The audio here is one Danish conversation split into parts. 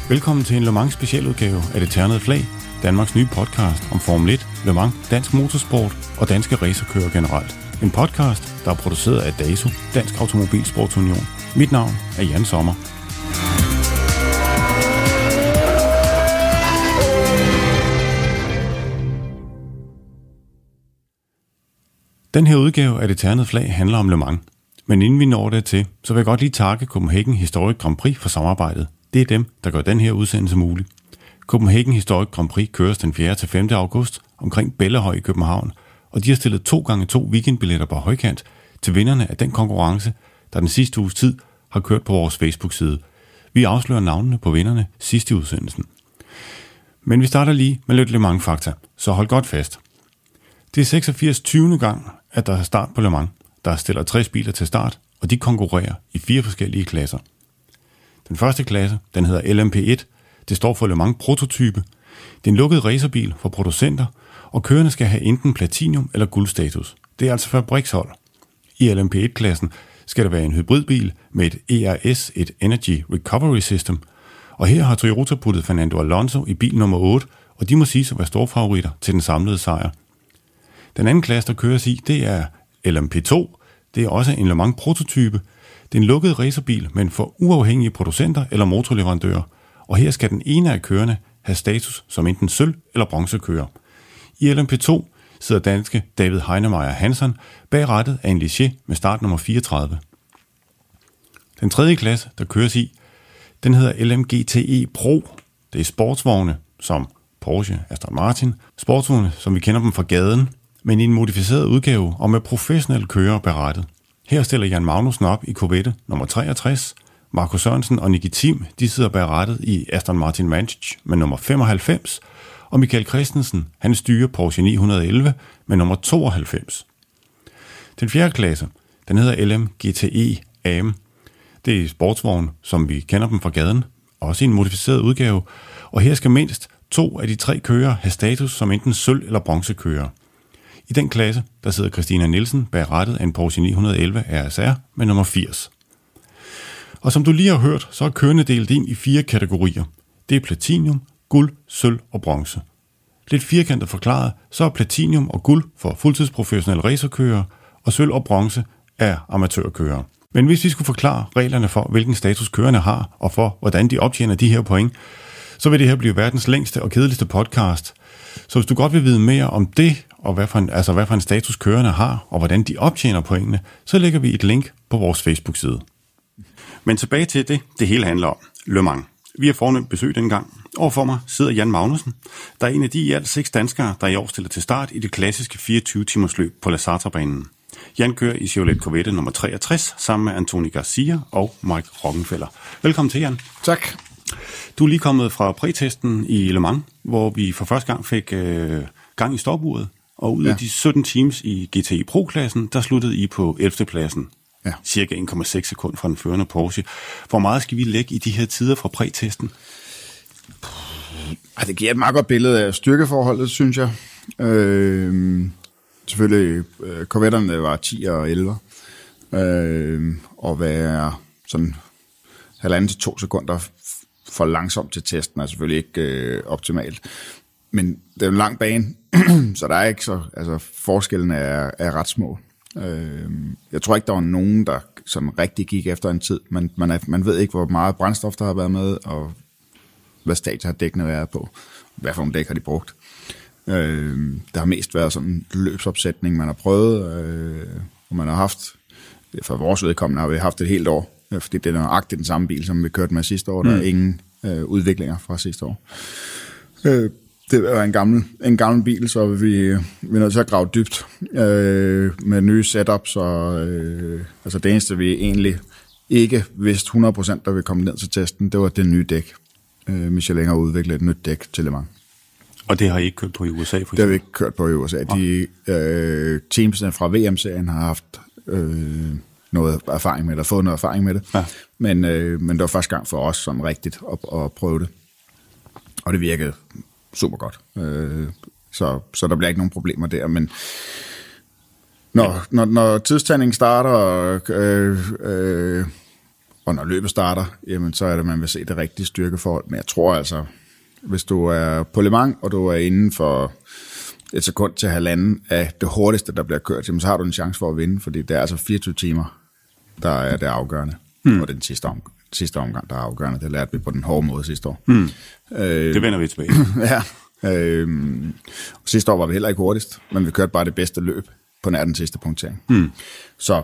Velkommen til en Le Mans specialudgave af Det Ternede Flag, Danmarks nye podcast om Formel 1, Le Mans, dansk motorsport og danske racerkører generelt. En podcast, der er produceret af DASO, Dansk Automobilsportsunion. Mit navn er Jan Sommer. Den her udgave af Det Ternede Flag handler om Le Mans. Men inden vi når dertil, så vil jeg godt lige takke Copenhagen Historic Grand Prix for samarbejdet. Det er dem, der gør den her udsendelse mulig. Copenhagen Historic Grand Prix køres den 4. til 5. august omkring Bellehøj i København, og de har stillet 2x2 weekendbilletter på højkant til vinderne af den konkurrence, der den sidste uges tid har kørt på vores Facebook-side. Vi afslører navnene på vinderne sidst i udsendelsen. Men vi starter lige med lidt Le Mans-fakta, så hold godt fast. Det er 86. 20. gang, at der er start på Le Mans. Der stiller 60 biler til start, og de konkurrerer i 4 forskellige klasser. Den første klasse, den hedder LMP1. Det står for Le Mans prototype. Det er en lukket racerbil for producenter, og kørerne skal have enten platinum eller guldstatus. Det er altså fabrikshold. I LMP1-klassen skal der være en hybridbil med et ERS, et Energy Recovery System, og her har Toyota puttet Fernando Alonso i bil nummer 8, og de må siges at være store favoritter til den samlede sejr. Den anden klasse, der køres i, det er LMP2. Det er også en Le Mans prototype. Det er en lukket racerbil, men for uafhængige producenter eller motorleverandører, og her skal den ene af kørerne have status som enten sølv- eller bronzekører. I LMP2 sidder danske David Heinemeier Hansson bag rattet af en Ligier med startnummer 34. Den tredje klasse, der køres i, den hedder LMGTE Pro. Det er sportsvogne som Porsche, Aston Martin, sportsvogne, som vi kender dem fra gaden, men i en modificeret udgave og med professionelle kørere bag rattet. Her stiller Jan Magnussen op i Corvette nummer 63. Marco Sørensen og Nicky Thiem, de sidder bag rattet i Aston Martin Vantage med nummer 95. Og Michael Christensen, han styrer Porsche 911 med nummer 92. Den fjerde klasse, den hedder LMGTE AM. Det er sportsvogn, som vi kender dem fra gaden, også i en modificeret udgave. Og her skal mindst 2 af de 3 kører have status som enten sølv- eller bronzekører. I den klasse, der sidder Christina Nielsen bag rattet af en Porsche 911 RSR med nummer 80. Og som du lige har hørt, så er kørende delt ind i 4 kategorier. Det er platinum, guld, sølv og bronze. Lidt firkantet forklaret, så er platinum og guld for fuldtidsprofessionelle racerkører, og sølv og bronze er amatørkører. Men hvis vi skulle forklare reglerne for, hvilken status kørerne har, og for hvordan de optjener de her point, så vil det her blive verdens længste og kedeligste podcast. Så hvis du godt vil vide mere om det, og hvad for en status kørerne har, og hvordan de optjener pointene, så lægger vi et link på vores Facebook-side. Men tilbage til det hele handler om. Le Mans. Vi har fornemt besøg dengang. Overfor mig sidder Jan Magnussen, der er en af de i alt 6 danskere, der i år stiller til start i det klassiske 24-timers løb på La Sarthe-banen. Jan kører i Chevrolet Corvette nummer 63 sammen med Anthony Garcia og Mike Rockenfeller. Velkommen til, Jan. Tak. Du er lige kommet fra prætesten i Le Mans, hvor vi for første gang fik gang i stopuret, og ud af de 17 teams i GTI Pro-klassen, der sluttede I på 11. pladsen. Ja. Cirka 1,6 sekund fra den førende Porsche. Hvor meget skal vi lægge i de her tider fra prætesten? Det giver et meget godt billede af styrkeforholdet, synes jeg. Selvfølgelig, Corvetterne var 10 og 11. Og være sådan 1,5 til 2 sekunder for langsomt til testen er selvfølgelig ikke optimalt. Men det er en lang bane, så der er ikke så... Altså, forskellen er ret små. Jeg tror ikke, der var nogen, der sådan rigtig gik efter en tid. Man ved ikke, hvor meget brændstof, der har været med, og hvad stadie har dækkene været på. Hvad for nogle dæk har de brugt. Der har mest været sådan en løbsopsætning, man har prøvet, og man har haft... For vores vedkommende har vi haft et helt år, fordi det er nøjagtigt den samme bil, som vi kørte med sidste år. Der er ingen udviklinger fra sidste år. Det var en gammel bil, så vi er nødt til at grave dybt med nye setups. Altså det eneste, vi egentlig ikke vidste 100%, der vi kom ned til testen, det var det nye dæk. Michelin har udviklet et nyt dæk til Le Mans. Og det har I ikke kørt på i USA, for eksempel? Det har vi ikke kørt på i USA. De teamsene fra VM-serien har haft noget erfaring med det, eller fået noget erfaring med det. Ja. Men det var første gang for os sådan rigtigt at prøve det. Og det virkede super godt. Så der bliver ikke nogen problemer der, men når tidstagningen starter, Og når løbet starter, jamen, så er det, man vil se det rigtige styrkeforhold. Men jeg tror altså, hvis du er på Le Mans, og du er inden for 1 sekund til 1,5 af det hurtigste, der bliver kørt, jamen, så har du en chance for at vinde, fordi det er altså 24 timer, der er det afgørende. Og den sidste omgang, der er afgørende. Det lærte vi på den hårde måde sidste år. Det vender vi tilbage. Ja. Sidste år var vi heller ikke hurtigst, men vi kørte bare det bedste løb på nær den sidste punktering. Så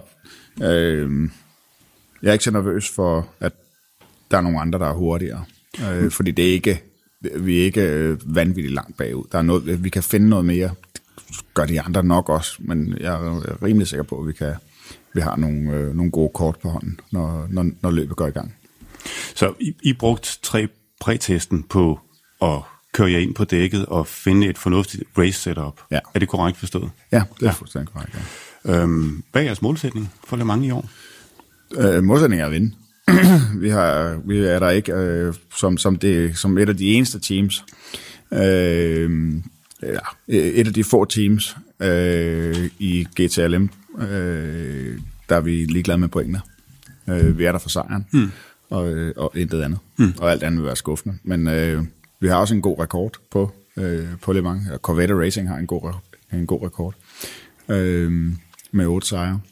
jeg er ikke så nervøs for, at der er nogle andre, der er hurtigere. Fordi vi er ikke vanvittigt langt bagud. Der er noget, vi kan finde noget mere. Gør de andre nok også, men jeg er rimelig sikker på, at vi har nogle gode kort på hånden, når løbet går i gang. Så I brugt 3 prætesten på at køre jer ind på dækket og finde et fornuftigt race setup. Ja. Er det korrekt forstået? Ja, det er fuldstændig korrekt. Ja. Hvad er jeres målsætning for Le Mans i år? Målsætningen er at vinde. Vi er der ikke som et af de eneste teams. Et af de få teams i GTLM, der er vi ligeglade med pointene. Vi er der for sejren, og intet andet. Og alt andet vil være skuffende. Men vi har også en god rekord på Le Mans. Corvette Racing har en god rekord med 8 sejre.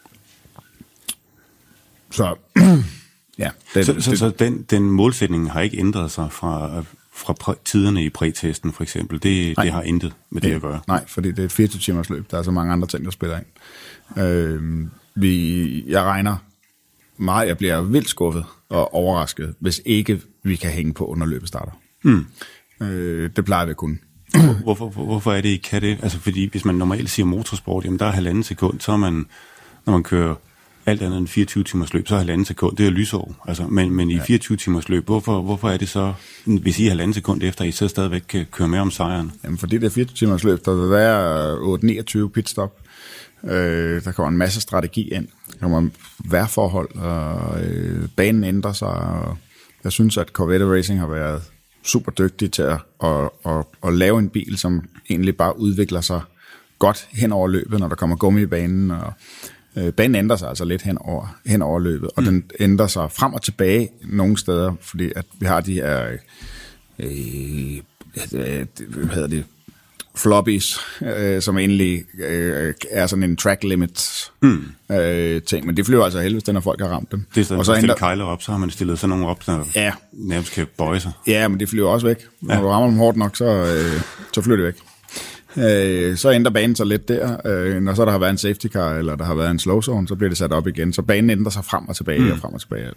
Så ja. Så den målsætning har ikke ændret sig fra tiderne i prætesten for eksempel. Det har intet med det at gøre. Nej, fordi det er et 24 timers løb. Der er så mange andre ting, der spiller ind. Jeg regner meget, jeg bliver vildt skuffet og overrasket, hvis ikke vi kan hænge på, når løbet starter. Det plejer vi at kunne. Hvorfor er det, I kan det? Altså, fordi hvis man normalt siger motorsport, jamen der er 1,5 sekund, så er man, når man kører alt andet end 24 timers løb, så er 1,5 sekund, det er lysår. Altså, men i 24 timers løb, hvorfor er det så, hvis I er 1,5 sekund efter, I så stadigvæk kan køre med om sejren? Jamen, fordi det er 24 timers løb, der vil være 8-29 pitstop. Der kommer en masse strategi ind. Der kommer vejrforhold, og banen ændrer sig. Og jeg synes, at Corvette Racing har været super dygtig til at lave en bil, som egentlig bare udvikler sig godt hen over løbet, når der kommer gummi i banen. Og banen ændrer sig altså lidt hen over løbet, og den ændrer sig frem og tilbage nogle steder, fordi at vi har de her hvad hedder det, floppies, som egentlig er sådan en track limits ting, men det flyver altså helvede, når folk har ramt dem. Det er og så stille kejler op, så har man stillet sådan nogle op, der nærmest kan bøje sig. Ja, men det flyver også væk. Når du rammer dem hårdt nok, så flyver det væk. Så ændrer banen sig lidt der. Når så der har været en safety car, eller der har været en slow zone, så bliver det sat op igen. Så banen ændrer sig frem og tilbage og frem og tilbage.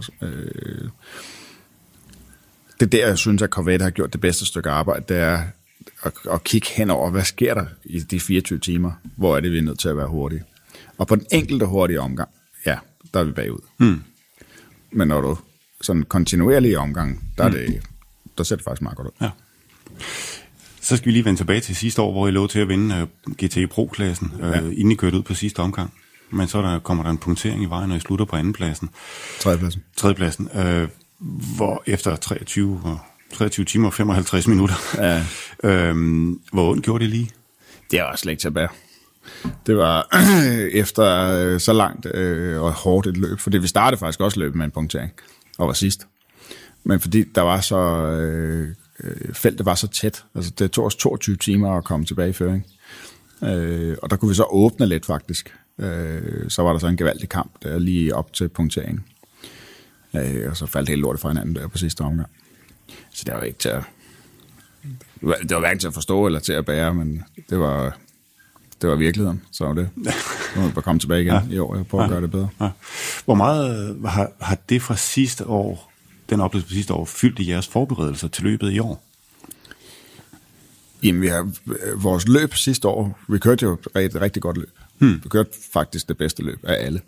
Det er der, jeg synes, at Corvette har gjort det bedste stykke arbejde, det er at kigge hen over, hvad sker der i de 24 timer, hvor er det, vi er nødt til at være hurtige. Og på den enkelte hurtige omgang, ja, der er vi bagud. Men når du sådan kontinuerlige omgang, der ser det faktisk meget godt ud. Ja. Så skal vi lige vende tilbage til sidste år, hvor I lå til at vinde GTI Pro-klassen, inden I kørte ud på sidste omgang. Men så kommer der en punktering i vejen, når I slutter på andenpladsen. Tredjepladsen. Hvor efter 23 timer og 55 minutter. Ja. Hvor ondt gjorde det lige? Det var slet ikke til at bære. Det var efter så langt og hårdt et løb, fordi vi startede faktisk også løbet med en punktering, og var sidst. Men fordi der var så... feltet var så tæt. Altså, det tog os 22 timer at komme tilbage i føring. Og der kunne vi så åbne lidt, faktisk. Så var der så en gevaldig kamp der lige op til punkteringen. Og så faldt hele lortet fra hinanden der på sidste omgang. Så det var ikke til at... Det var hverken til at forstå eller til at bære, men det var virkeligheden. Så det. Nu må vi bare komme tilbage igen i år og prøve at gøre det bedre. Ja. Hvor meget har det fra sidste år, den oplevelse på sidste år, fyldt i jeres forberedelser til løbet i år? Jamen, vi har vores løb sidste år, vi kørte jo et rigtig godt løb. Vi kørte faktisk det bedste løb af alle.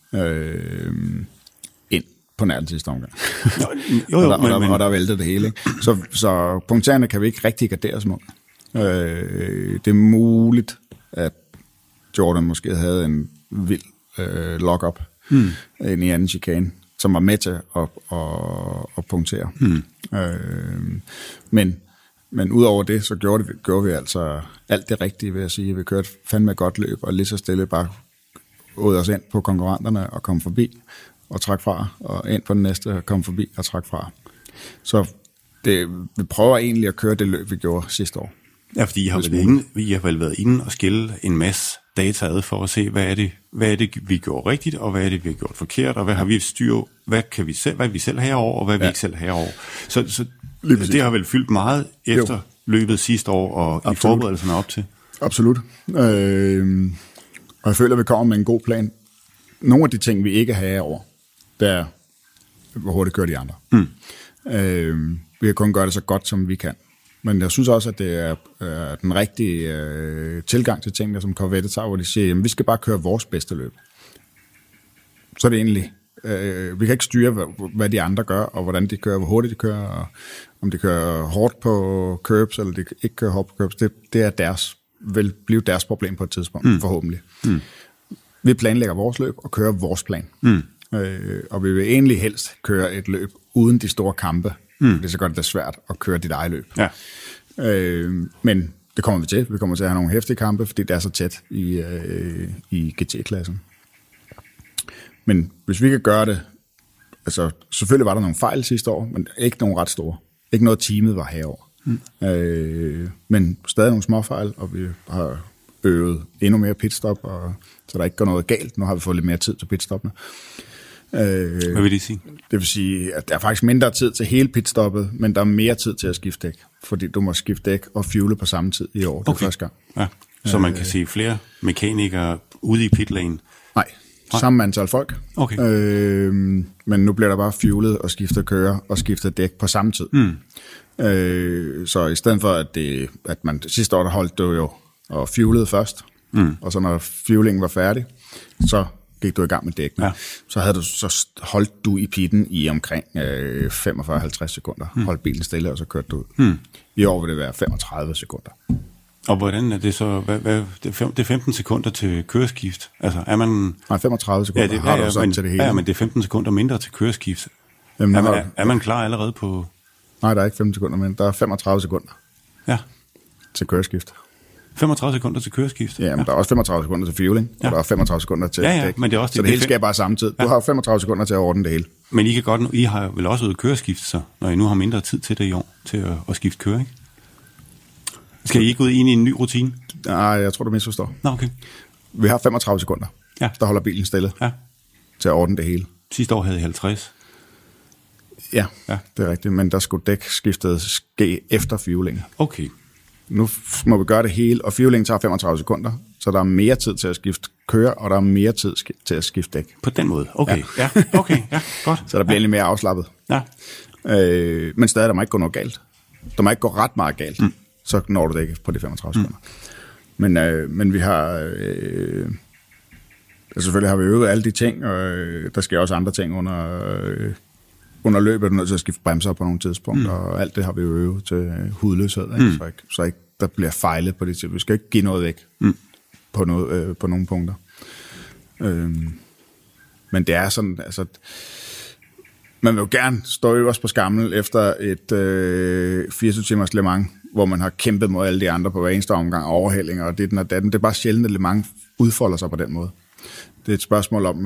Ind på nær den sidste omgang. Og der væltede det hele. Ikke? Så punktererne kan vi ikke rigtig gardere os mod. Det er muligt, at Jordan måske havde en vild lock-up ind i anden chikane, som var med til at punktere. Men udover det, så gjorde vi altså alt det rigtige, vil jeg sige. Vi kørte fandme et godt løb, og lige så stille bare ud os ind på konkurrenterne og kom forbi, og trække fra, og ind på den næste og komme forbi og trække fra. Så vi prøver egentlig at køre det løb, vi gjorde sidste år. Ja, fordi I har vel været inde og skille en masse data ad for at se, hvad er det, vi gjorde rigtigt, og hvad er det, vi har gjort forkert, og hvad har vi styr, hvad er vi selv herover, og hvad er vi ikke selv herover. Så det har vel fyldt meget efter løbet sidste år, og absolut. I forberedelserne op til. Absolut. Og jeg føler, at vi kommer med en god plan. Nogle af de ting, vi ikke har herover, det er, hvor hurtigt kører de andre. Vi kan kun gøre det så godt, som vi kan. Men jeg synes også, at det er den rigtige tilgang til tingene, som Corvette tager, hvor de siger, at vi skal bare køre vores bedste løb. Så er det egentlig, vi kan ikke styre, hvad de andre gør, og hvordan de kører, hvor hurtigt de kører, og om de kører hårdt på curbs, eller de ikke kører hårdt på curbs. Det er vil blive deres problem på et tidspunkt, forhåbentlig. Vi planlægger vores løb og kører vores plan. Og vi vil egentlig helst køre et løb uden de store kampe. Det er så godt, det er svært at køre dit eget løb. Ja. Men det kommer vi til. Vi kommer til at have nogle heftige kampe, fordi det er så tæt i GT-klassen. Men hvis vi kan gøre det, altså selvfølgelig var der nogle fejl sidste år, men ikke nogen ret store. Ikke noget teamet var herover. Men stadig nogle småfejl, og vi har øvet endnu mere pitstop, så der ikke går noget galt. Nu har vi fået lidt mere tid til pitstoppene. Hvad vil det sige? Det vil sige, at der er faktisk mindre tid til hele pitstoppet, men der er mere tid til at skifte dæk, fordi du må skifte dæk og fuele på samme tid i år. Okay. Det er første gang. Ja. Så man kan se flere mekanikere ude i pitlane? Nej, samme antal folk. Okay. Men nu bliver der bare fuelet og skiftet kører og skiftet dæk på samme tid. Så i stedet for, at man sidste år, der holdt du jo og fuelede først, og så når fuelingen var færdig, så gik du i gang med dækkene. Ja. Så holdt du i pitten i omkring 45-50 sekunder. Holdt bilen stille, og så kørte du ud. I år vil det være 35 sekunder. Og hvordan er det så? Det er 15 sekunder til køreskift. Altså er man... Nej, 35 sekunder har du sådan til det hele. Ja, men det er 15 sekunder mindre til køreskift. Jamen, er man klar allerede på... Nej, der er ikke 15 sekunder, men der er 35 sekunder til køreskift. 35 sekunder til køreskift? Ja, men der er også 35 sekunder til fueling, og der er 35 sekunder til dæk. Men det er også så det hele sker bare samme tid. Du har 35 sekunder til at ordne det hele. Men I har vel også ude køreskift, så, når I nu har mindre tid til det i år, til at skifte køre, ikke? Skal I ikke ud ind i en ny rutine? Nej, jeg tror, du misforstår. Nå, okay. Vi har 35 sekunder, der holder bilen stille til at ordne det hele. Sidste år havde I 50. Ja, det er rigtigt, men der skulle dækskiftet ske efter fueling. Okay. Nu må vi gøre det hele, og fueling tager 35 sekunder, så der er mere tid til at skifte køre, og der er mere tid til at skifte dæk. På den måde? Okay, okay, godt. Så der bliver lidt mere afslappet. Ja. Men stadig, der må ikke gå noget galt. Der må ikke gå ret meget galt, så når du det ikke på de 35 sekunder. Men vi har... selvfølgelig har vi øvet alle de ting, og der sker også andre ting under løbet, er du nødt til at skifte bremser på nogle tidspunkter, og alt det har vi jo øvet til hudløshed, ikke? Så ikke der bliver fejlet på det til. Vi skal ikke give noget væk på nogle punkter. Men det er sådan, altså, man vil jo gerne stå øverst på skammel efter et 24 timers Le Mans, hvor man har kæmpet mod alle de andre på hver eneste omgang, overhældinger og det og datten. Det er bare sjældent, at Le Mans udfolder sig på den måde. Det er et spørgsmål om,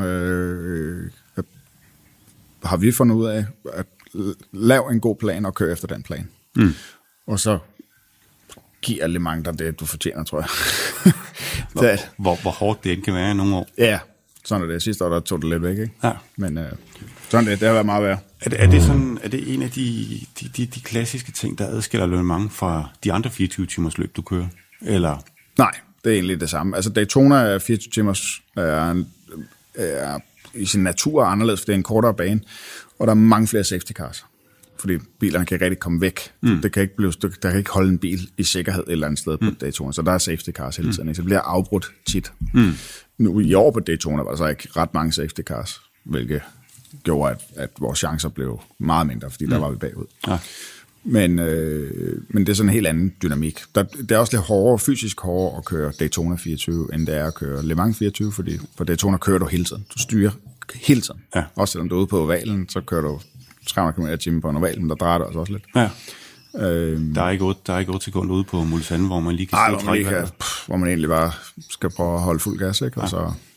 har vi fundet ud af at lave en god plan og køre efter den plan. Og så giver Le Mans dig det, du fortjener, tror jeg. hvor hårdt det kan være i nogle år. Ja, sådan er det. Sidste år, der tog det lidt væk, ikke? Ja. Men sådan det har været meget værd. Er det en af de klassiske ting, der adskiller Le Mans fra de andre 24 timers løb, du kører? Eller? Nej, det er egentlig det samme. Altså Daytona 24 timers er i sin natur anderledes, for det er en kortere bane, og der er mange flere safety cars, fordi bilerne kan rigtig komme væk. Der kan ikke holde en bil i sikkerhed et eller andet sted på Daytona, så der er safety cars hele tiden, så det bliver afbrudt tit. Nu i år på Daytona var der så ikke ret mange safety cars, hvilket gjorde, at vores chancer blev meget mindre, fordi der var vi bagud. Ja. Men det er sådan en helt anden dynamik. Det er også lidt hårdere, fysisk hårdere at køre Daytona 24, end det er at køre Le Mans 24, fordi på Daytona kører du hele tiden. Du styrer hele tiden. Ja. Også selvom du er ude på ovalen, så kører du 300 km/t på en oval, men der drejer det også lidt. Ja. Der er ikke 8 sekunder ude på Mulsanne, hvor man lige kan hvor man egentlig bare skal prøve at holde fuld gas, ikke? Og så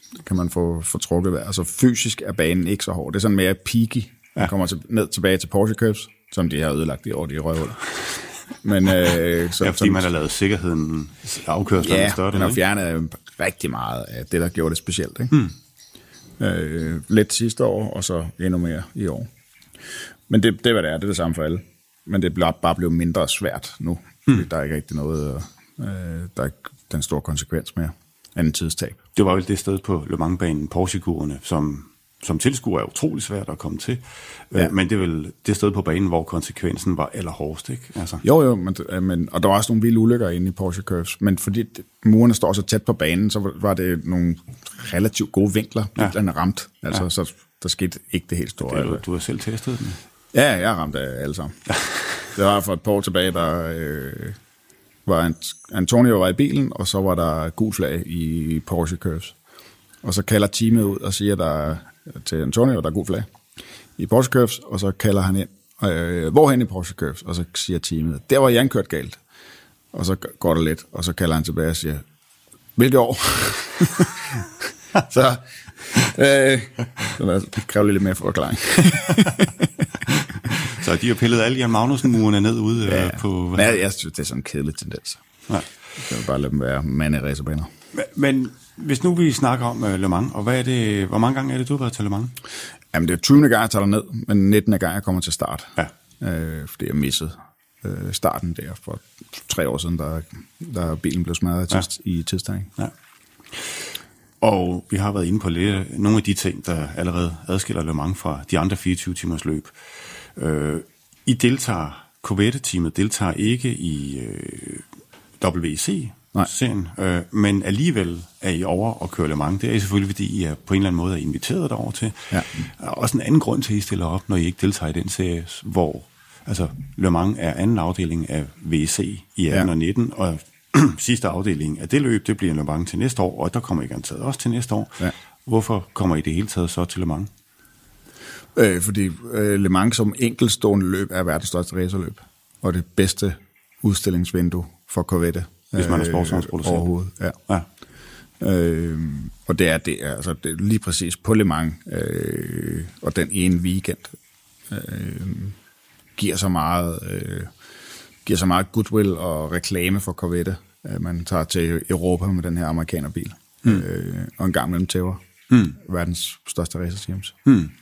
kan man få trukket vejret. Altså fysisk er banen ikke så hård. Det er sådan mere peaky. Man kommer tilbage til Porsche Curves, som de har ødelagt i år, de røvhuller. Men, fordi man har lavet sikkerheden afkørslerne større. Ja, den har fjernet rigtig meget af det, der gjorde det specielt. Ikke? Lidt sidste år, og så endnu mere i år. Men det er, hvad det er. Det er det samme for alle. Men det er bare blevet mindre svært nu. Der er ikke rigtig noget, der er ikke den store konsekvens mere end en tidstab. Det var vel det sted på Le Mans-banen, Porsche-kurerne, som tilskuer er utrolig svært at komme til. Men det er vel det sted på banen, hvor konsekvensen var allerhårdest, ikke? Altså. Jo, men, og der var også nogle vilde ulykker inde i Porsche Curves, men fordi murene står så tæt på banen, så var det nogle relativt gode vinkler. Vinklerne ramt, altså så der skete ikke det helt store. Du har selv testet den? Ja, jeg har ramt af alle sammen. Det var for et par år tilbage, der var Antonio var i bilen, og så var der gul flag i Porsche Curves. Og så kalder teamet ud og siger til Antonio, der er gul flag i Porsche Curves, og så kalder han ind, hvorhen i Porsche Curves, og så siger teamet, der var Jan kørt galt. Og så går der lidt, og så kalder han tilbage og siger, hvilket år? så det kræver lidt mere forklaring. Så de har pillet alle Jan Magnussen-murene ned ude på... Ja, jeg synes, det er sådan en kedelig tendens. Ja. Jeg vil bare lade dem være mande-racerbaner. Men hvis nu vi snakker om Le Mans, og hvor mange gange er det, du har været til Le Mans? Jamen, det er 20. gang, jeg tager ned, men 19. gang, jeg kommer til start. Ja. Fordi jeg missede starten der for 3 år siden, der bilen blev smadret i tidstagning. Ja. Og vi har været inde på lidt, nogle af de ting, der allerede adskiller Le Mans fra de andre 24 timers løb. Corvette-teamet deltager ikke i WEC-serien, men alligevel er I over og kører Le Mans. Det er selvfølgelig, fordi I er på en eller anden måde er inviteret derover til. Ja. Også en anden grund til, at I stiller op, når I ikke deltager i den serie, hvor altså, Le Mans er anden afdeling af WEC i 18 og 19, og sidste afdeling af det løb, det bliver Le Mans til næste år, og der kommer I garanteret også til næste år. Ja. Hvorfor kommer I det hele taget så til Le Mans? Fordi Le Mans som enkeltstående løb er verdens største racerløb, og det bedste udstillingsvindue for Corvette. Hvis man er sportsvognsproducent. Overhovedet, ja. Og det er altså det er lige præcis på Le Mans, og den ene weekend giver så meget goodwill og reklame for Corvette, at man tager til Europa med den her amerikanerbil, og en gang mellem tæver. Verdens største racerteams.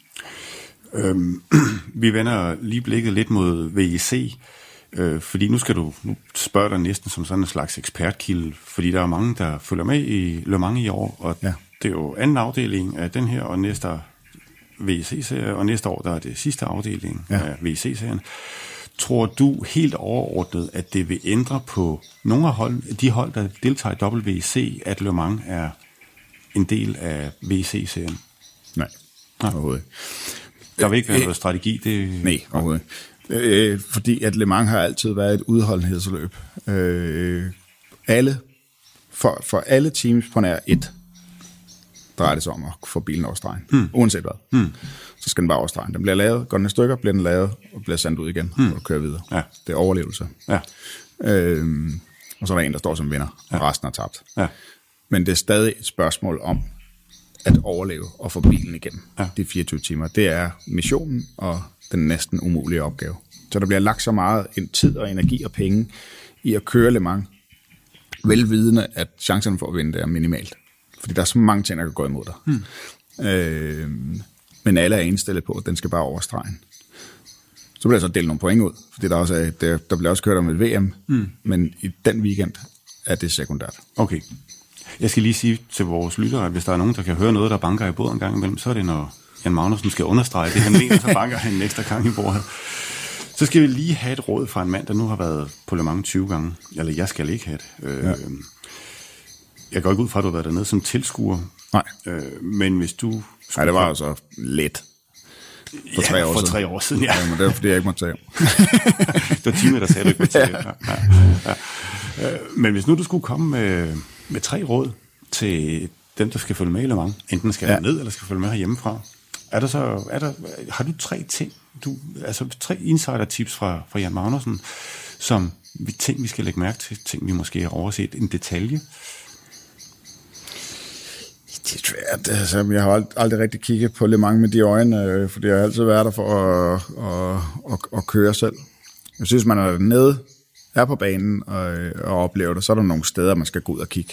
Vi vender lige blikket lidt mod WEC, fordi nu spørger dig næsten som sådan en slags ekspertkilde, fordi der er mange, der følger med i Le Mans i år, og det er jo anden afdeling af den her, og næste WEC-serie, og næste år der er det sidste afdeling af WEC-serien. Tror du helt overordnet, at det vil ændre på nogle af de hold, der deltager i WEC, at Le Mans er en del af WEC-serien? Nej, overhovedet. Der vil ikke være noget strategi? Nej, overhovedet. Fordi at Le Mans har altid været et udholdenhedsløb. For alle teams på nær 1 drejer det sig om at få bilen over stregen. Uanset hvad. Så skal den bare over stregen. Den bliver lavet, går den i stykker, bliver den lavet og bliver sendt ud igen og kører videre. Ja. Det er overlevelse. Ja. Og så er der en, der står som vinder, og resten er tabt. Ja. Men det er stadig et spørgsmål om at overleve og få bilen igennem de 24 timer. Det er missionen og den næsten umulige opgave. Så der bliver lagt så meget tid og energi og penge i at køre Le Mans, velvidende, at chancerne for at vinde det er minimalt. Fordi der er så mange ting, der kan gå imod dig. Men alle er indstillet på, at den skal bare over stregen. Så bliver der så delt nogle point ud, fordi der bliver også kørt om et VM, men i den weekend er det sekundært. Okay. Jeg skal lige sige til vores lyttere, at hvis der er nogen, der kan høre noget, der banker i bordet en gang imellem, så er det, når Jan Magnussen skal understrege det, han mener, så banker han en ekstra gang i bordet. Så skal vi lige have et råd fra en mand, der nu har været på Le Mans 20 gange. Eller jeg skal ikke have det. Jeg går ikke ud fra, at du har været dernede som tilskuer. Nej. Men hvis du... Nej, det var jo så let. For 3 år siden. For 3 år siden, ja. Men det var, fordi jeg ikke måtte tage. Det var teamet, der sagde, du ikke måtte tage. Ja. Men hvis nu du skulle komme med 3 råd til dem, der skal følge med i Le Mans, enten skal der ned, eller skal følge med herhjemmefra, har du 3 ting, 3 insider-tips fra Jan Magnussen, som vi skal lægge mærke til, ting vi måske har overset, en detalje? Det er svært. Altså, jeg har aldrig rigtig kigget på Le Mans med de øjne, fordi jeg har altid været der for at køre selv. Jeg synes, man er nede, er på banen og oplever det, så er der nogle steder, man skal gå ud og kigge.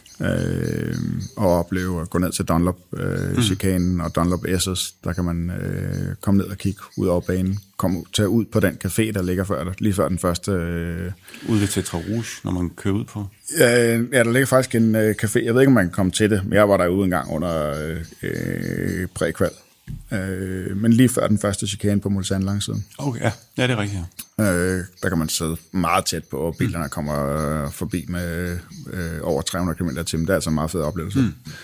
Og opleve at gå ned til Dunlop chikanen og Dunlop S's, der kan man komme ned og kigge ud over banen, tage ud på den café, der ligger lige før den første... Ude ved Tetra Rouge, når man kører ud på? Ja, der ligger faktisk en café, jeg ved ikke, om man kan komme til det, men jeg var derude en gang under prækval. Men lige før den første chikane på Mulsanne langsiden. Okay, ja, det er rigtigt. Der kan man sidde meget tæt på, og bilerne kommer forbi med over 300 km/t. Det er altså en meget fed oplevelse.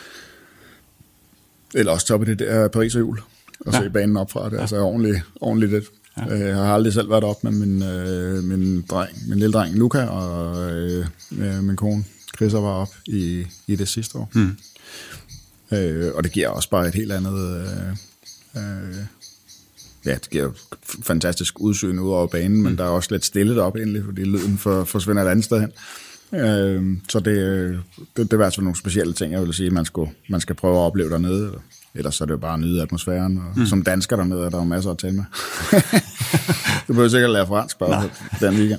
Eller også toppe det der Paris-hjul, og se banen opfra. Det er altså ordentligt lidt. Ja. Jeg har aldrig selv været op med min lille dreng Luca, og min kone Chrissa var op i det sidste år. Og det giver også bare et helt andet... det giver fantastisk udsyn ud over banen, men der er også lidt stille deroppe egentlig, fordi lyden forsvinder et andet sted hen. Så det er i hvert fald nogle specielle ting, jeg vil sige, man skal prøve at opleve dernede. Ellers så er det jo bare at nyde atmosfæren. Og som dansker dernede er der jo masser at tale med. Du behøver sikkert lære fransk bare den weekend.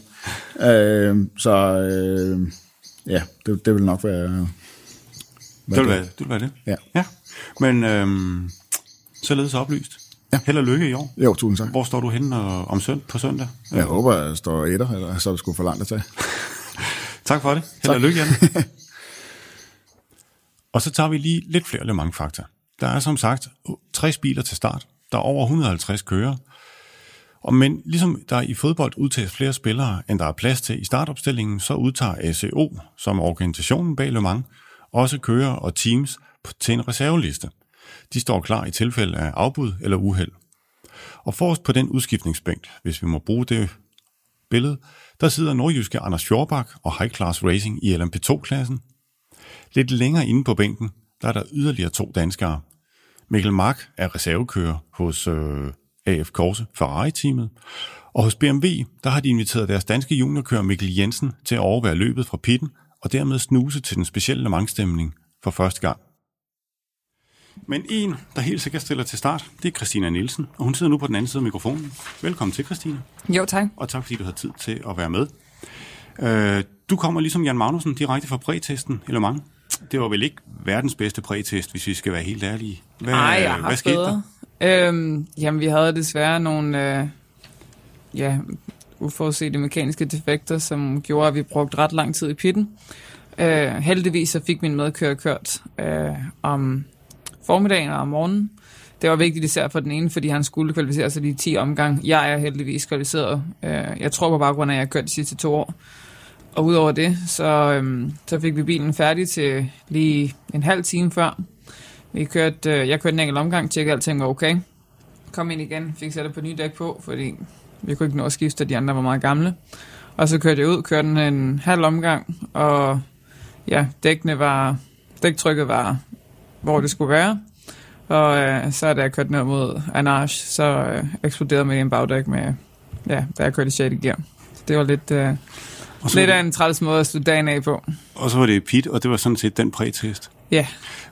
Det vil nok være... Det vil være det. Ja. Men således oplyst. Ja. Held og lykke i år. Jo, tusind tak. Hvor står du henne på søndag? Jeg håber, at jeg står etter, eller så er det sgu for langt at tage. Tak for det. Held og lykke, Jan. Og så tager vi lige lidt flere Le Mans-fakta. Der er som sagt 60 biler til start. Der er over 150 kører. Men ligesom der i fodbold udtages flere spillere, end der er plads til i startopstillingen, så udtager ACO, som organisationen bag Le Mans, også kører og teams til en reserveliste. De står klar i tilfælde af afbud eller uheld. Og forrest på den udskiftningsbænk, hvis vi må bruge det billede, der sidder nordjyske Anders Fjordbak og High Class Racing i LMP2-klassen. Lidt længere inde på bænken, der er der yderligere 2 danskere. Mikkel Mark er reservekører hos AF Corse Ferrari-teamet, og hos BMW, der har de inviteret deres danske juniorkører Mikkel Jensen til at overvære løbet fra pitten, og dermed snuse til den specielle Le Mans-stemning for første gang. Men en, der helt sikkert stiller til start, det er Christina Nielsen, og hun sidder nu på den anden side af mikrofonen. Velkommen til, Christina. Jo, tak. Og tak, fordi du havde tid til at være med. Du kommer ligesom Jan Magnussen direkte fra prætesten i Le Mans. Det var vel ikke verdens bedste prætest, hvis vi skal være helt ærlige. Hvad skete der? Jamen, vi havde desværre nogle uforudsete mekaniske defekter, som gjorde, at vi brugte ret lang tid i pitten. Heldigvis så fik min medkører kørt om formiddagen og om morgenen. Det var vigtigt især for den ene, fordi han skulle kvalificere sig de 10 omgang. Jeg er heldigvis kvalificeret. Jeg tror på baggrund af, at jeg har kørt de sidste 2 år. Og udover det, så fik vi bilen færdig til lige en halv time før. Jeg kørte en enkelt omgang, tjekkede alting var okay. Kom ind igen, fik sat på nye dæk på, fordi vi kunne ikke nå at skifte, de andre var meget gamle. Og så kørte jeg ud, kørte den en halv omgang, og ja, dæktrykket var, hvor det skulle være. Og så da jeg kørte ned mod Anage, så eksploderede med en bagdæk med, da jeg kørte i 6. gear. Det var lidt af en træls måde at slutte dagen af på. Og så var det pit, og det var sådan set den prætest. Ja.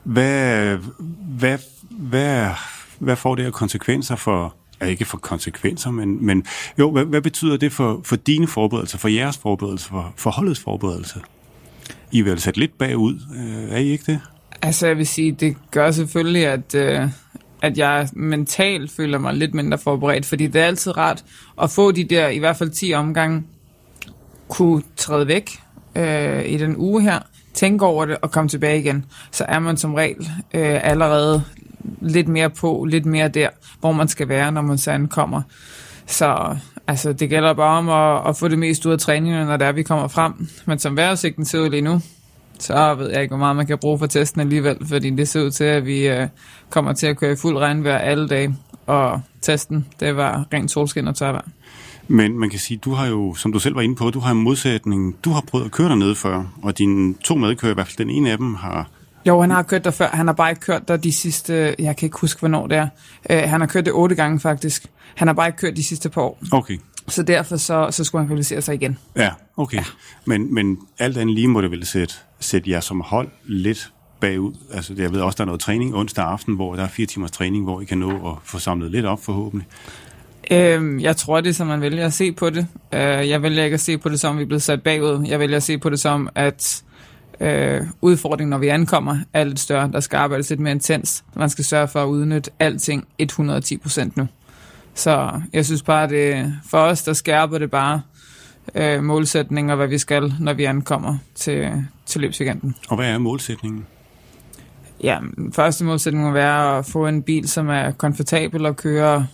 Hvad får det af konsekvenser for, ikke for konsekvenser, men jo, hvad betyder det for dine forberedelser, for jeres forberedelser, for holdets forberedelse? I er vel sat lidt bagud, er I ikke det? Altså, jeg vil sige, det gør selvfølgelig, at jeg mentalt føler mig lidt mindre forberedt, fordi det er altid rart at få de der, i hvert fald 10 omgange, kunne træde væk i den uge her, tænke over det og komme tilbage igen. Så er man som regel allerede lidt mere på, lidt mere der, hvor man skal være, når man så ankommer. Så altså, det gælder bare om at få det mest ud af træningerne, når det er, vi kommer frem. Men som vejrudsigten ser ud lige nu, så ved jeg ikke, hvor meget man kan bruge for testen alligevel, fordi det ser ud til, at vi kommer til at køre i fuld regnvejr alle dage, og testen, det var rent solskin og tørvejr. Men man kan sige, du har jo, som du selv var inde på, du har en modsætning. Du har prøvet at køre dernede før, og dine 2 medkører, i hvert fald den ene af dem, har... Jo, han har kørt der før. Han har bare ikke kørt der de sidste... Jeg kan ikke huske, hvornår det er. Han har kørt det 8 gange, faktisk. Han har bare ikke kørt de sidste par år. Okay. Så derfor så skulle han kvalificere sig igen. Ja, okay. Ja. Men alt andet lige må det vel sætte jer som hold lidt bagud? Altså, jeg ved også, der er noget træning onsdag aften, hvor der er 4 timers træning, hvor I kan nå at få samlet lidt op forhåbentlig. Jeg tror, det er, som man vælger at se på det. Jeg vælger ikke at se på det, som vi er blevet sat bagud. Jeg vælger at se på det som, at udfordringen, når vi ankommer, er lidt større. Der skal arbejdes lidt mere intens. Man skal sørge for at udnytte alting 110% nu. Så jeg synes bare, det for os, der skærper det bare målsætninger, hvad vi skal, når vi ankommer til løbsweekenden. Og hvad er målsætningen? Ja, den første målsætning må være at få en bil, som er komfortabel at køre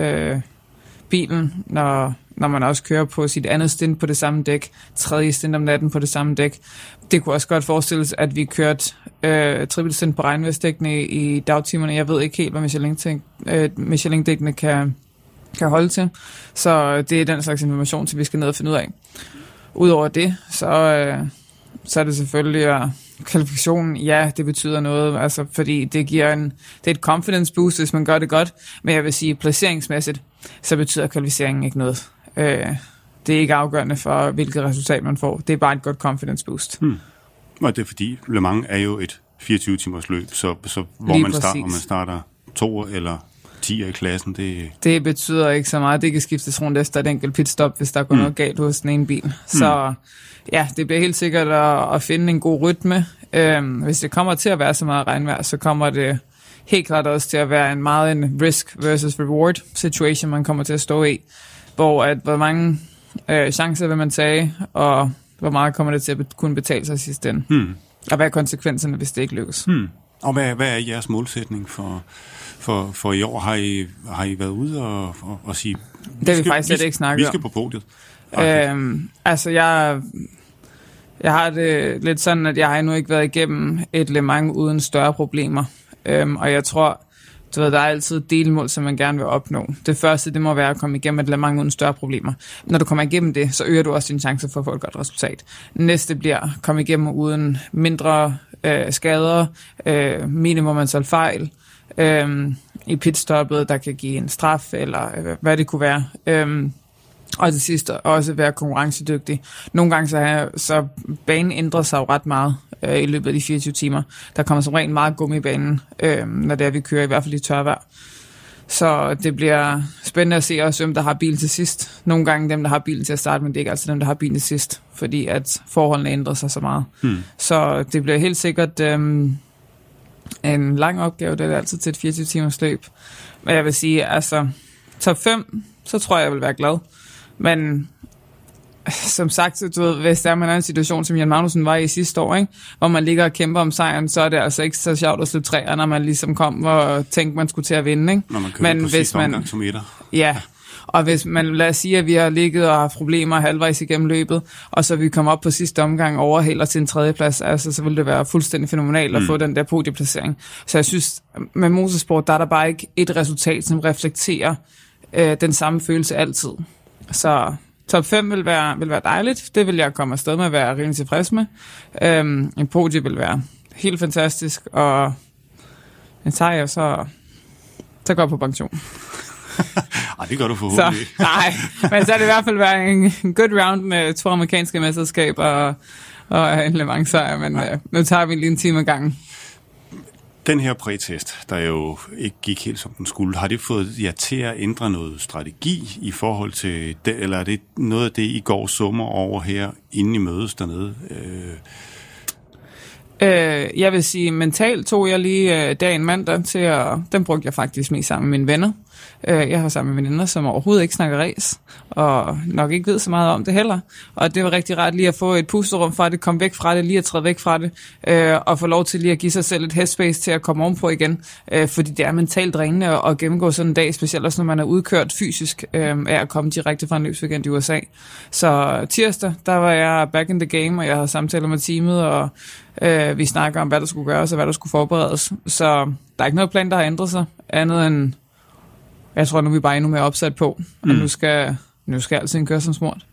bilen, når man også kører på sit andet stint på det samme dæk, tredje stint om natten på det samme dæk. Det kunne også godt forestilles, at vi kørte trippelstint på regnværsdækkene i dagtimerne. Jeg ved ikke helt, hvad Michelin-dækkene kan holde til. Så det er den slags information, som vi skal ned og finde ud af. Udover det, så er det selvfølgelig kvalifikationen, ja, det betyder noget, altså, fordi det er et confidence boost, hvis man gør det godt, men jeg vil sige, placeringsmæssigt, så betyder kvalificeringen ikke noget. Det er ikke afgørende for, hvilket resultat man får. Det er bare et godt confidence boost. Og det er fordi, Le Mans er jo et 24-timers løb, så hvor man starter 2 eller 10 i klassen, det betyder ikke så meget. Det kan skiftes rundt efter et enkelt pitstop, hvis der går noget galt hos den ene bil. Så ja, det bliver helt sikkert at finde en god rytme. Hvis det kommer til at være så meget regnvejr, så kommer det helt klart også til at være en risk versus reward situation, man kommer til at stå i. Hvor mange chancer vil man tage, og hvor meget kommer det til at kunne betale sig sidst ende. Og hvad er konsekvenserne, hvis det ikke lykkes? Og hvad er jeres målsætning for i år? Har I været ude og sige... Det har vi faktisk slet ikke snakket om. Vi skal på podiet. Altså, jeg har det lidt sådan, at jeg har endnu ikke været igennem et Le Mans uden større problemer. Og jeg tror, der er altid delmål, som man gerne vil opnå. Det første, det må være at komme igennem et Le Mans uden større problemer. Når du kommer igennem det, så øger du også dine chancer for at få et godt resultat. Næste bliver at komme igennem uden mindre skader, minimum antal fejl, i pitstoppet, der kan give en straf, eller hvad det kunne være. Og det sidste også være konkurrencedygtig. Nogle gange så banen ændrer sig jo ret meget i løbet af de 24 timer. Der kommer som regel meget gummi i banen, når det er, vi kører, i hvert fald i tørvejr. Så det bliver spændende at se også, hvem der har bilen til sidst. Nogle gange dem, der har bilen til at starte, men det er ikke altid dem, der har bilen til sidst, fordi at forholdene ændrer sig så meget. Så det bliver helt sikkert en lang opgave, det er altid til et 24 timers løb. Men jeg vil sige, altså top 5, så tror jeg vil være glad. Men som sagt, du ved, hvis der er man en situation, som Jan Magnussen var i sidste år, ikke? Hvor man ligger og kæmper om sejren, så er det altså ikke så sjovt at slutte træer, når man ligesom kom og tænkte, man skulle til at vinde. Ikke? Når man kører på sidste omgang som etter. Ja, og hvis man, lad os sige, at vi har ligget og haft problemer halvvejs igennem løbet, og så vi kommer op på sidste omgang overhælder til en tredjeplads, altså så vil det være fuldstændig fænomenalt at få den der podieplacering. Så jeg synes, med motorsport, der er der bare ikke et resultat, som reflekterer den samme følelse altid. Så top 5 vil være dejligt. Det vil jeg komme afsted med at være rimelig tilfreds med. En podie vil være helt fantastisk, og en sejr, så går jeg på pension. Ej, det gør du forhåbentlig. Nej, men så er det i hvert fald være en good round med 2 amerikanske mesterskaber og en Le Mans sejr, men nu tager vi lige en time ad gangen. Den her prætest, der jo ikke gik helt som den skulle, har det fået jer til at ændre noget strategi i forhold til det, eller er det noget af det, I går summer over her, inden I mødes dernede? Jeg vil sige, mentalt tog jeg lige dagen mandag til at... Den brugte jeg faktisk mest sammen med mine venner. Jeg har sammen med veninder, som overhovedet ikke snakker ræs, og nok ikke ved så meget om det heller. Og det var rigtig rart lige at få et pusterum fra det, komme væk fra det, lige at træde væk fra det, og få lov til lige at give sig selv et headspace til at komme ovenpå igen. Fordi det er mentalt drænende at gennemgå sådan en dag, specielt også når man er udkørt fysisk af at komme direkte fra en løbsweekend i USA. Så tirsdag, der var jeg back in the game, og jeg havde samtaler med teamet, og vi snakker om, hvad der skulle gøres og hvad der skulle forberedes. Så der er ikke noget plan, der har ændret sig, andet end jeg tror, nu er vi bare endnu mere opsat på, og nu skal alting køre som smurt.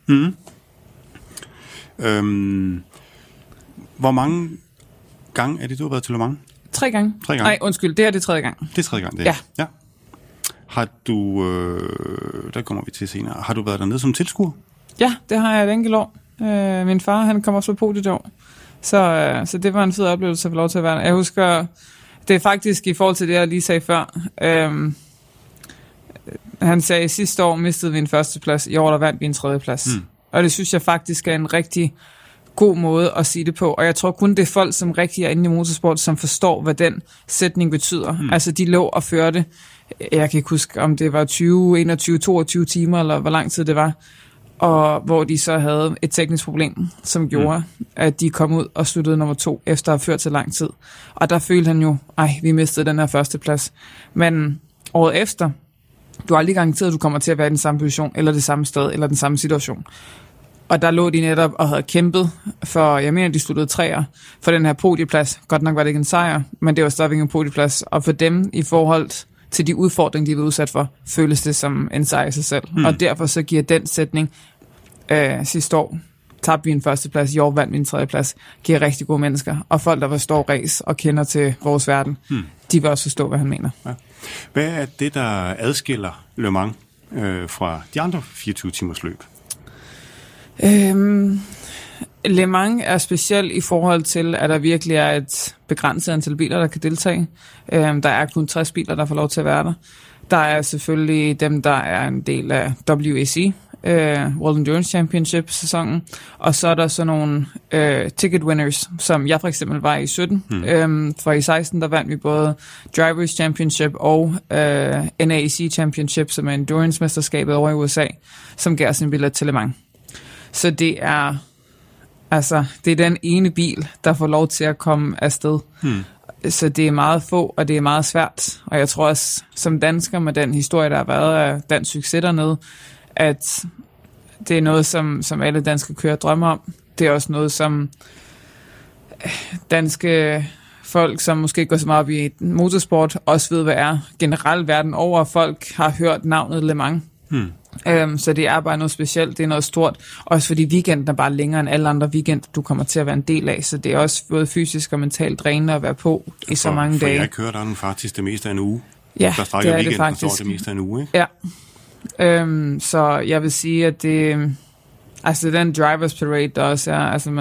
Hvor mange gange er det, du har været til Le Mans? 3 gange. 3 gange? Nej, undskyld, det er det 3. gang. Det er 3. gang, det er. Ja. Har du, der kommer vi til senere, har du været dernede som tilskuer? Ja, det har jeg et enkelt år. Min far, han kom også på podiet i år. Så det var en fed oplevelse at få lov til at være der. Jeg husker, det er faktisk i forhold til det, jeg lige sagde før. Han sagde, at sidste år mistede vi en førsteplads, i år der vandt vi en tredjeplads. Og det synes jeg faktisk er en rigtig god måde at sige det på. Og jeg tror kun, det er folk, som rigtig er inde i motorsport, som forstår, hvad den sætning betyder. Altså, de lå og førte, jeg kan ikke huske, om det var 20, 21, 22 timer, eller hvor lang tid det var. Og hvor de så havde et teknisk problem, som gjorde, at de kom ud og sluttede nummer 2, efter at have ført så lang tid. Og der følte han jo, vi mistede den her førsteplads. Men året efter, du har aldrig garanteret, at du kommer til at være i den samme position, eller det samme sted, eller den samme situation. Og der lå de netop og havde kæmpet for, jeg mener, de sluttede 3'er for den her podieplads. Godt nok var det ikke en sejr, men det var stadigvæk en podieplads. Og for dem, i forhold til de udfordringer, de var udsat for, føles det som en sejr i sig selv. Og derfor så giver den sætning sidste år, tabte vi en førsteplads, i år vandt vi en tredjeplads, giver rigtig gode mennesker. Og folk, der forstår race og kender til vores verden, de vil også forstå, hvad han mener. Ja. Hvad er det, der adskiller Le Mans fra de andre 24 timers løb? Le Mans er speciel i forhold til, at der virkelig er et begrænset antal biler, der kan deltage. Der er kun 60 biler, der får lov til at være der. Der er selvfølgelig dem, der er en del af WEC, World Endurance Championship-sæsonen, og så er der så nogle ticket winners, som jeg for eksempel var i 17. For i 16, der vandt vi både Drivers Championship og NAEC Championship, som er endurance-mesterskabet over i USA, som gav os en billet til Le Mans. Så det er den ene bil, der får lov til at komme afsted. Så det er meget få, og det er meget svært. Og jeg tror også, som dansker med den historie, der har været af dansk succes dernede, at det er noget, som alle danske kører drømmer om. Det er også noget, som danske folk, som måske går så meget op i motorsport, også ved, hvad er. Generelt verden over, folk har hørt navnet Le Mans. Så det er bare noget specielt, det er noget stort. Også fordi weekenden er bare længere end alle andre weekender, du kommer til at være en del af. Så det er også både fysisk og mentalt drænende at være på i så mange dage. For jeg kører der faktisk det meste af en uge. Ja, der det er det faktisk. Det meste af en uge, ikke? Ja. Så jeg vil sige, at det... Altså den drivers parade, der også er... Altså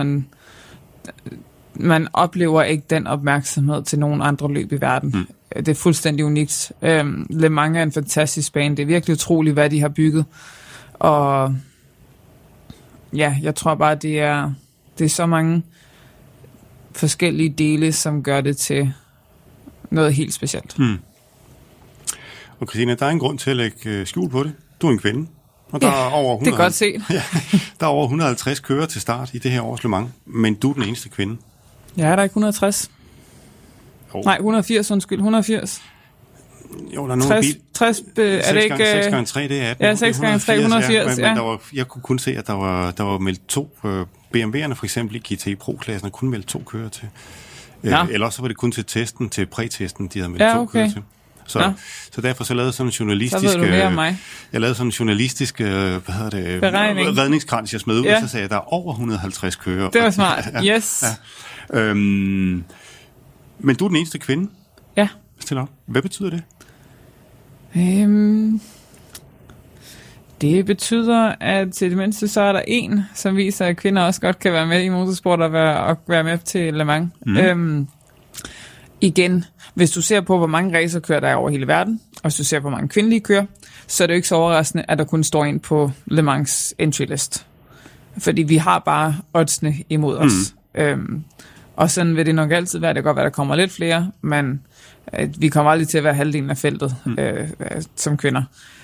man oplever ikke den opmærksomhed til nogen andre løb i verden. Det er fuldstændig unikt. Le Mans er en fantastisk bane. Det er virkelig utroligt, hvad de har bygget. Og ja, jeg tror bare, det er så mange forskellige dele, som gør det til noget helt specielt. Og Christina, der er en grund til at lægge skjul på det. Du er en kvinde. Og der er over 100, det er godt set. Der er over 150 kører til start i det her års Le Mans, men du er den eneste kvinde. Ja, der er ikke 160. Nej, 180, undskyld. 180. Jo, der er nogle 60, er det ikke... 6x3, det er 18. Ja, 6x3, 180, ja. Men jeg kunne kun se, at der var meldt 2 BMW'erne, for eksempel i GT Pro-klassen, og kun meldt 2 kører til. Eller så var det kun til testen, til prætesten, de havde meldt 2 kører til. Så derfor så lavede sådan en journalistisk... Så ved du mere om mig. Jeg lavede sådan en journalistisk, beregning. Redningskrans, jeg smed ud, og så sagde jeg, at der er over 150 kører. Det var smart, yes. Ja. Men du er den eneste kvinde. Ja. Stil op. Hvad betyder det? Det betyder, at til det mindste så er der en, som viser, at kvinder også godt kan være med i motorsport og være med til Le Mans. Igen, hvis du ser på, hvor mange racerkører der er over hele verden, og hvis du ser på, hvor mange kvindelige kører, så er det jo ikke så overraskende, at der kun står en på Le Mans entry list. Fordi vi har bare oddsene imod os. Og sådan vil det nok altid være. Det kan godt være, der kommer lidt flere, men vi kommer aldrig til at være halvdelen af feltet som kvinder.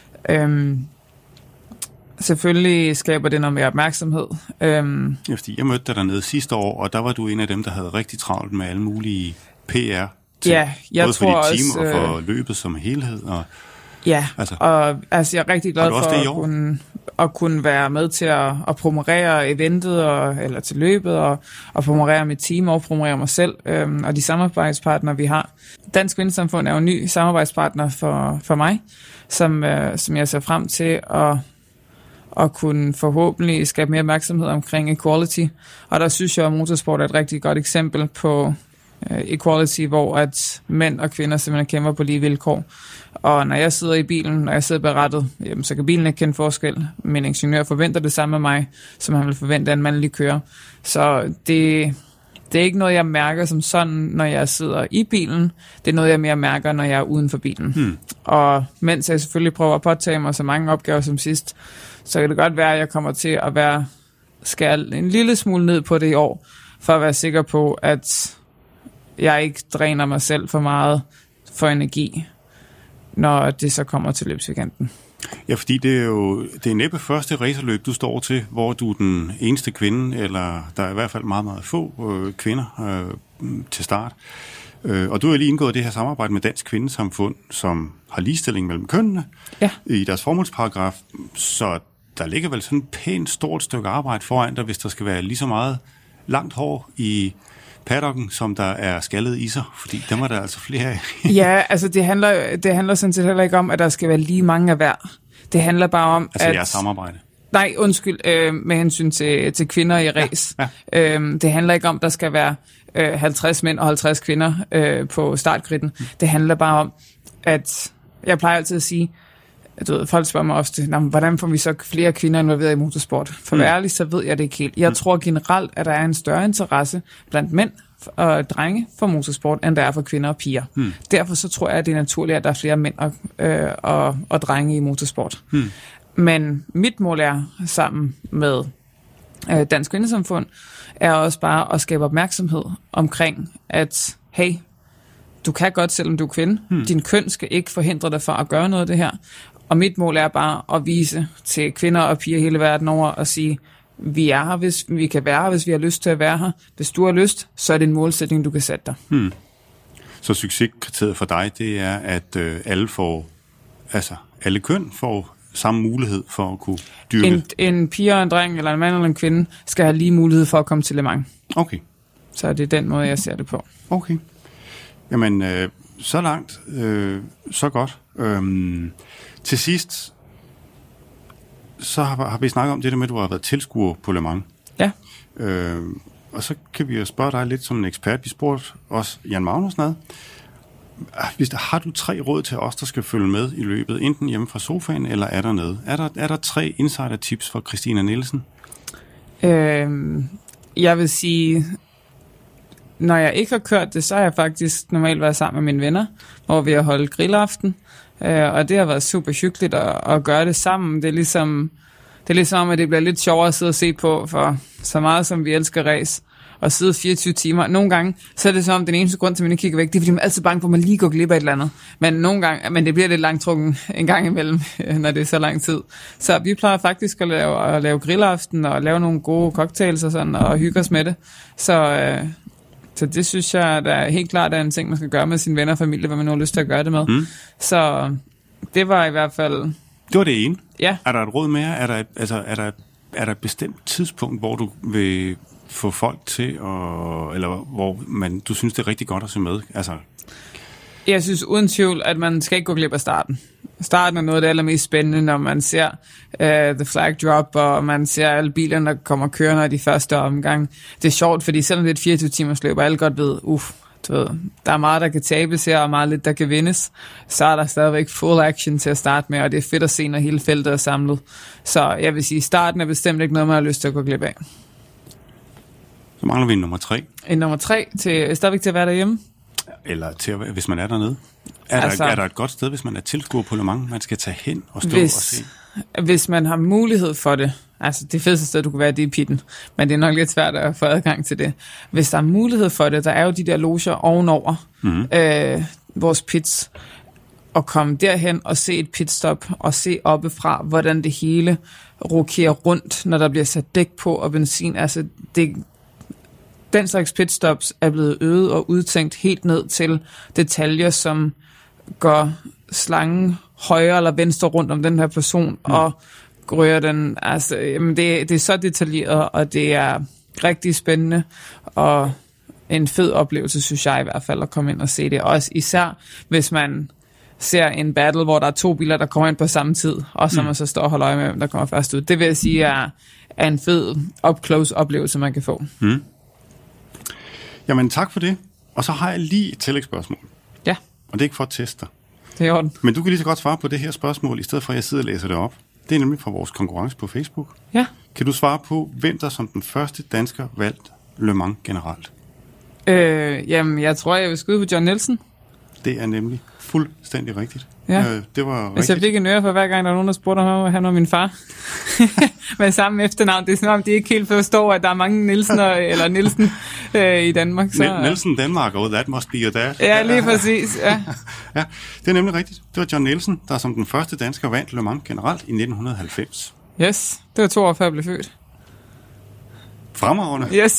Selvfølgelig skaber det noget mere opmærksomhed. Fordi jeg mødte dig dernede sidste år, og der var du en af dem, der havde rigtig travlt med alle mulige PR. Jeg både tror for dit team også, og for løbet som helhed. Og, jeg er rigtig glad for at kunne være med til at promovere eventet, eller til løbet, og promovere mit team og promovere mig selv, og de samarbejdspartnere, vi har. Dansk Vindsamfund er jo en ny samarbejdspartner for mig, som jeg ser frem til at kunne forhåbentlig skabe mere opmærksomhed omkring equality. Og der synes jeg, at motorsport er et rigtig godt eksempel på equality, hvor at mænd og kvinder simpelthen kæmper på lige vilkår. Og når jeg sidder i bilen, når jeg sidder berettet, så kan bilen ikke kende forskel. Min ingeniør forventer det samme af mig, som han vil forvente af en mandlig kører. Så det Det er ikke noget, jeg mærker som sådan, når jeg sidder i bilen. Det er noget, jeg mere mærker, når jeg er uden for bilen. Og mens jeg selvfølgelig prøver at påtage mig så mange opgaver som sidst, så kan det godt være, at jeg kommer til at skal en lille smule ned på det i år, for at være sikker på, at jeg ikke dræner mig selv for meget for energi, når det så kommer til løbsweekenden. Ja, fordi det er næppe første racerløb, du står til, hvor du er den eneste kvinde, eller der er i hvert fald meget, meget få kvinder til start. Og du har lige indgået det her samarbejde med Dansk Kvindesamfund, som har ligestilling mellem kønnene i deres formålsparagraf, så der ligger vel sådan et pænt stort stykke arbejde foran dig, hvis der skal være lige så meget langt hår i paddocken, som der er skaldet i sig, fordi dem er der altså flere af. Ja, altså det handler sådan set heller ikke om, at der skal være lige mange af hver. Det handler bare om, altså jeres samarbejde? Nej, undskyld, med hensyn til kvinder i race. Ja. Det handler ikke om, der skal være 50 mænd og 50 kvinder på startgriden. Det handler bare om, at jeg plejer altid at sige, at folk spørger mig ofte, hvordan får vi så flere kvinder involveret i motorsport? For at være ærlig, så ved jeg det ikke helt. Jeg tror generelt, at der er en større interesse blandt mænd og drenge for motorsport, end der er for kvinder og piger. Derfor så tror jeg, at det er naturligt, at der er flere mænd og drenge i motorsport. Men mit mål er, sammen med Dansk Kvindesamfund, er også bare at skabe opmærksomhed omkring, at hey, du kan godt, selvom du er kvinde. Din køn skal ikke forhindre dig for at gøre noget af det her. Og mit mål er bare at vise til kvinder og piger hele verden over og sige, vi er her, hvis vi kan være her, hvis vi har lyst til at være her. Hvis du har lyst, så er det en målsætning, du kan sætte dig. Så succeskriteriet for dig, det er, at alle køn får samme mulighed for at kunne dyrke? En pige og en dreng, eller en mand eller en kvinde, skal have lige mulighed for at komme til Le Mans. Okay. Så det er den måde, jeg ser det på. Okay. Jamen, så langt, så godt. Til sidst, så har vi snakket om det der med, at du har været tilskuer på Le Mans. Ja. Og så kan vi jo spørge dig lidt som en ekspert. Vi spurgte også Jan Magnussen ad. Har du 3 råd til os, der skal følge med i løbet, enten hjemme fra sofaen eller er dernede? Er der 3 insider-tips fra Christina Nielsen? Jeg vil sige, når jeg ikke har kørt det, så har jeg faktisk normalt været sammen med mine venner, hvor vi har holdt grillaften. Og det har været super hyggeligt at gøre det sammen. Det er ligesom, at det bliver lidt sjovere at sidde og se på, for så meget som vi elsker race, og sidde 24 timer. Nogle gange, så er det som den eneste grund til, at man ikke kigger væk, det er, fordi man er altid bange for, at man lige går glip af et eller andet. Men det bliver lidt langtrukken en gang imellem, når det er så lang tid. Så vi plejer faktisk at lave grillaften, og lave nogle gode cocktails og sådan, og hygge os med det. Så det synes jeg, der er helt klart er en ting, man skal gøre med sine venner og familie, hvad man nu har lyst til at gøre det med. Så det var i hvert fald... Det var det ene. Ja. Er der et råd mere? Er der et bestemt tidspunkt, hvor du vil få folk til, eller hvor du synes, det er rigtig godt at se med? Altså... Jeg synes uden tvivl, at man skal ikke gå glip af starten. Starten er noget af det allermest spændende, når man ser the flag drop, og man ser alle bilerne, der kommer kørende i de første omgang. Det er sjovt, fordi selvom det er et 24 timers løb, og alle godt ved, der er meget, der kan tabes her, og meget lidt, der kan vindes, så er der stadigvæk full action til at starte med, og det er fedt at se, når hele feltet er samlet. Så jeg vil sige, starten er bestemt ikke noget, man har lyst til at gå glip af. Så mangler vi en nummer 3. En nummer 3 stadigvæk til at være derhjemme. Eller hvis man er dernede. Er der et godt sted, hvis man er tilskuer på Le Mans, man skal tage hen og stå og se? Hvis man har mulighed for det, altså det fedeste sted, du kan være, det er i pitten, men det er nok lidt svært at få adgang til det. Hvis der er mulighed for det, der er jo de der loger ovenover vores pits, og komme derhen og se et pitstop, og se oppefra, hvordan det hele rokerer rundt, når der bliver sat dæk på og benzin. Altså den slags pitstops er blevet øget og udtænkt helt ned til detaljer, som går slangen højre eller venstre rundt om den her person, og rører den. Altså, jamen det er så detaljeret, og det er rigtig spændende, og en fed oplevelse, synes jeg i hvert fald, at komme ind og se det. Også især, hvis man ser en battle, hvor der er 2 biler, der kommer ind på samme tid, og så man så står og holder øje med, hvem der kommer først ud. Det vil jeg sige er en fed up-close oplevelse, man kan få. Jamen tak for det. Og så har jeg lige et tillægsspørgsmål. Ja. Og det er ikke for at teste dig. Det er orden. Men du kan lige så godt svare på det her spørgsmål, i stedet for at jeg sidder og læser det op. Det er nemlig fra vores konkurrence på Facebook. Ja. Kan du svare på, hvem der som den første dansker valgte Le Mans generelt? Jamen, jeg tror, jeg vil skyde på John Nielsen. Det er nemlig fuldstændig rigtigt. Ja. Det var Hvis jeg fik en øre for hver gang, der var nogen, der spurgte om, han var min far. Med samme efternavn. Det er som om, de ikke helt forstår, at der er mange Nielsener, eller Nielsen i Danmark. Så, Nielsen Danmark, oh, that must be your dad. Ja, lige præcis. Ja. Ja, det er nemlig rigtigt. Det var John Nielsen, der som den første dansker vandt Le Mans generelt i 1990. Yes, det var 2 år før jeg blev født. Fremragende. Yes.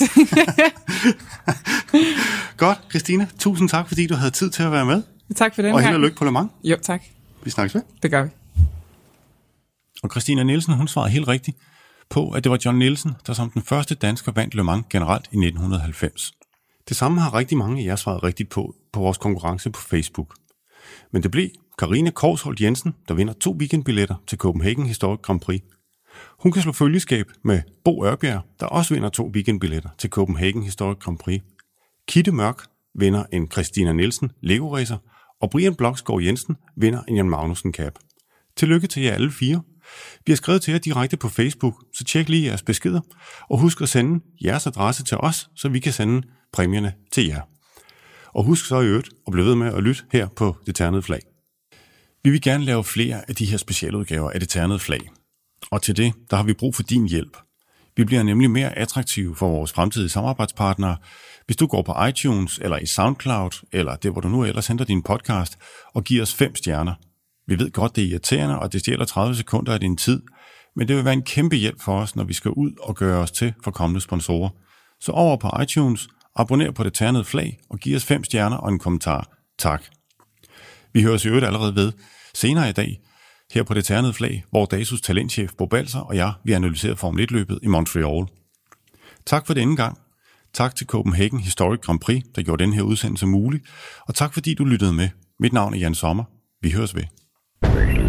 Godt, Christina. Tusind tak, fordi du havde tid til at være med. Tak for den og gang. held og lykke på Le Mans. Jo, tak. Vi snakkes ved. Det gør vi. Og Christina Nielsen, hun svarede helt rigtigt på, at det var John Nielsen, der som den første dansker vandt Le Mans generelt i 1990. Det samme har rigtig mange af jer svaret rigtigt på vores konkurrence på Facebook. Men det blev Karina Korsholt Jensen, der vinder 2 weekendbilletter til Copenhagen Historic Grand Prix. Hun kan slå følgeskab med Bo Ørbjerg, der også vinder 2 weekendbilletter til Copenhagen Historic Grand Prix. Kitte Mørk vinder en Christina Nielsen Lego Racer, og Brian Bloksgaard Jensen vinder en Jan Magnussen Cap. Tillykke til jer alle 4. Vi har skrevet til jer direkte på Facebook, så tjek lige jeres beskeder, og husk at sende jeres adresse til os, så vi kan sende præmierne til jer. Og husk så i øvrigt at blive ved med at lytte her på Det Ternede Flag. Vi vil gerne lave flere af de her specialudgaver af Det Ternede Flag. Og til det, der har vi brug for din hjælp. Vi bliver nemlig mere attraktive for vores fremtidige samarbejdspartnere, hvis du går på iTunes eller i SoundCloud, eller det, hvor du nu ellers henter din podcast, og giver os 5 stjerner. Vi ved godt, det er irriterende, og det stjæler 30 sekunder af din tid, men det vil være en kæmpe hjælp for os, når vi skal ud og gøre os til for kommende sponsorer. Så over på iTunes, abonner på Det Ternede Flag, og giv os 5 stjerner og en kommentar. Tak. Vi høres i øvrigt allerede ved senere i dag, her på Det Ternede Flag, hvor DASUS talentchef Bo Balser og jeg vil analysere Formel 1-løbet i Montreal. Tak for denne gang. Tak til Copenhagen Historic Grand Prix, der gjorde den her udsendelse mulig. Og tak fordi du lyttede med. Mit navn er Jan Sommer. Vi høres ved.